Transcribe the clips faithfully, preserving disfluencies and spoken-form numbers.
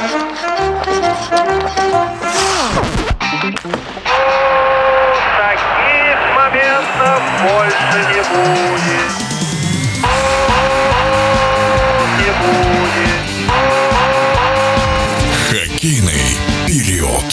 Таких моментов больше не будет. Не будет. Хоккейный период.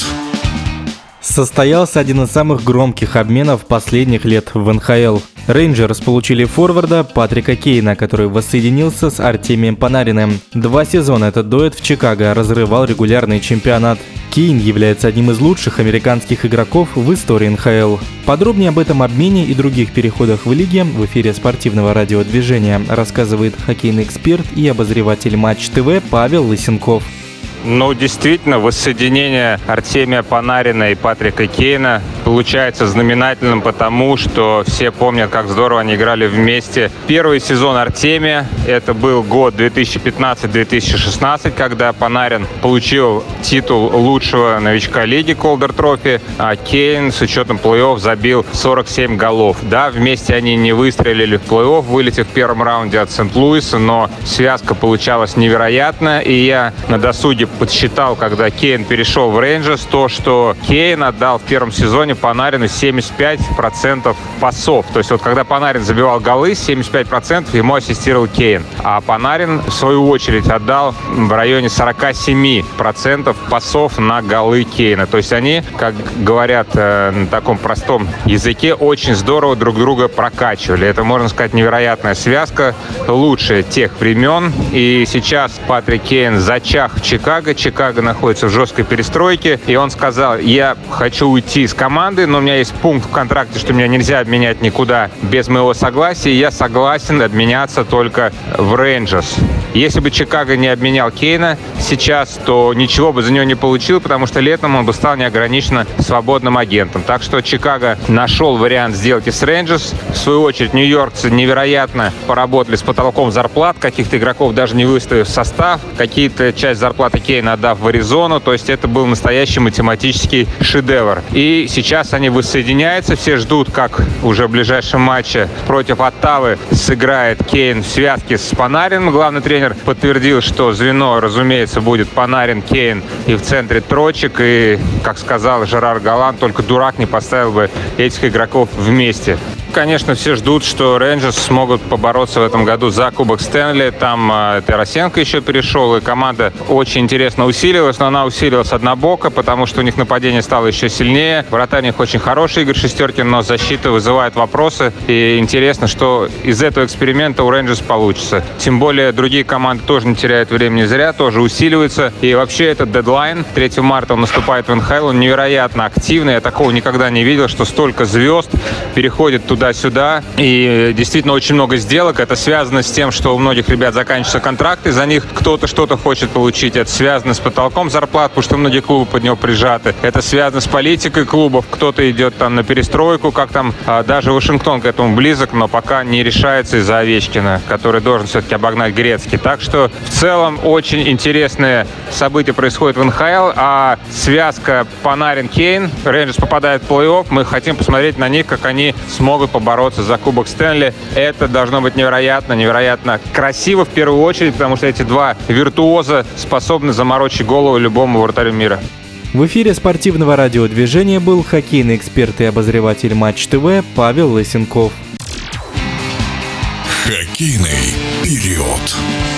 Состоялся один из самых громких обменов последних лет в эн ха эл. Рейнджерс получили форварда Патрика Кейна, который воссоединился с Артемием Панариным. Два сезона этот дуэт в Чикаго разрывал регулярный чемпионат. Кейн является одним из лучших американских игроков в истории эн ха эл. Подробнее об этом обмене и других переходах в лиге в эфире спортивного радиодвижения рассказывает хоккейный эксперт и обозреватель Матч ТВ Павел Лысенков. Ну, действительно, воссоединение Артемия Панарина и Патрика Кейна получается знаменательным, потому что все помнят, как здорово они играли вместе. Первый сезон Артемия, это был год две тысячи пятнадцатый - две тысячи шестнадцатый, когда Панарин получил титул лучшего новичка лиги Calder Trophy, а Кейн с учетом плей-офф забил сорок семь голов. Да, вместе они не выстрелили в плей-офф, вылетев в первом раунде от Сент-Луиса, но связка получалась невероятная, и я на досуге подсчитал, когда Кейн перешел в Рейнджерс, то, что Кейн отдал в первом сезоне Панарину семьдесят пять процентов пасов. То есть вот когда Панарин забивал голы, семьдесят пять процентов ему ассистировал Кейн. А Панарин, в свою очередь, отдал в районе сорок семь процентов пасов на голы Кейна. То есть они, как говорят э, на таком простом языке, очень здорово друг друга прокачивали. Это, можно сказать, невероятная связка, лучшая тех времен. И сейчас Патрик Кейн зачах в Чикаго. Чикаго находится в жесткой перестройке, и он сказал: я хочу уйти из команды, но у меня есть пункт в контракте, что меня нельзя обменять никуда без моего согласия, и я согласен обменяться только в Рейнджерс. Если бы Чикаго не обменял Кейна сейчас, то ничего бы за него не получил, потому что летом он бы стал неограниченно свободным агентом. Так что Чикаго нашел вариант сделать и с Рейнджерс. В свою очередь, нью-йоркцы невероятно поработали с потолком зарплат, каких-то игроков даже не выставив в состав, какие-то часть зарплаты Кейна отдав в Аризону. То есть это был настоящий математический шедевр. И сейчас они воссоединяются. Все ждут, как уже в ближайшем матче против Оттавы сыграет Кейн в связке с Панарином. Главный тренер подтвердил, что звено, разумеется, будет Панарин, Кейн и в центре Трочек. И, как сказал Жерар Галан, только дурак не поставил бы этих игроков вместе. Конечно, все ждут, что Рейнджерс смогут побороться в этом году за Кубок Стэнли. Там э, Тарасенко еще перешел, и команда очень интересно усилилась, но она усилилась однобоко, потому что у них нападение стало еще сильнее. Вратарь у них очень хороший, Игорь Шестеркин, но защита вызывает вопросы. И интересно, что из этого эксперимента у Рейнджерс получится. Тем более другие команды тоже не теряют времени зря, тоже усиливаются. И вообще этот дедлайн, третьего марта он наступает в эн ха эл, он невероятно активный. Я такого никогда не видел, что столько звезд переходит туда туда-сюда. И действительно очень много сделок. Это связано с тем, что у многих ребят заканчиваются контракты, за них кто-то что-то хочет получить. Это связано с потолком зарплат, потому что многие клубы под него прижаты. Это связано с политикой клубов. Кто-то идет там на перестройку, как там а, даже Вашингтон к этому близок, но пока не решается из-за Овечкина, который должен все-таки обогнать Грецкий. Так что в целом очень интересные события происходят в эн ха эл, а связка Панарин-Кейн, Рейнджерс попадает в плей-офф, мы хотим посмотреть на них, как они смогут побороться за Кубок Стэнли. Это должно быть невероятно, невероятно красиво в первую очередь, потому что эти два виртуоза способны заморочить голову любому вратарю мира. В эфире спортивного радиодвижения был хоккейный эксперт и обозреватель Матч ТВ Павел Лысенков. Хоккейный период.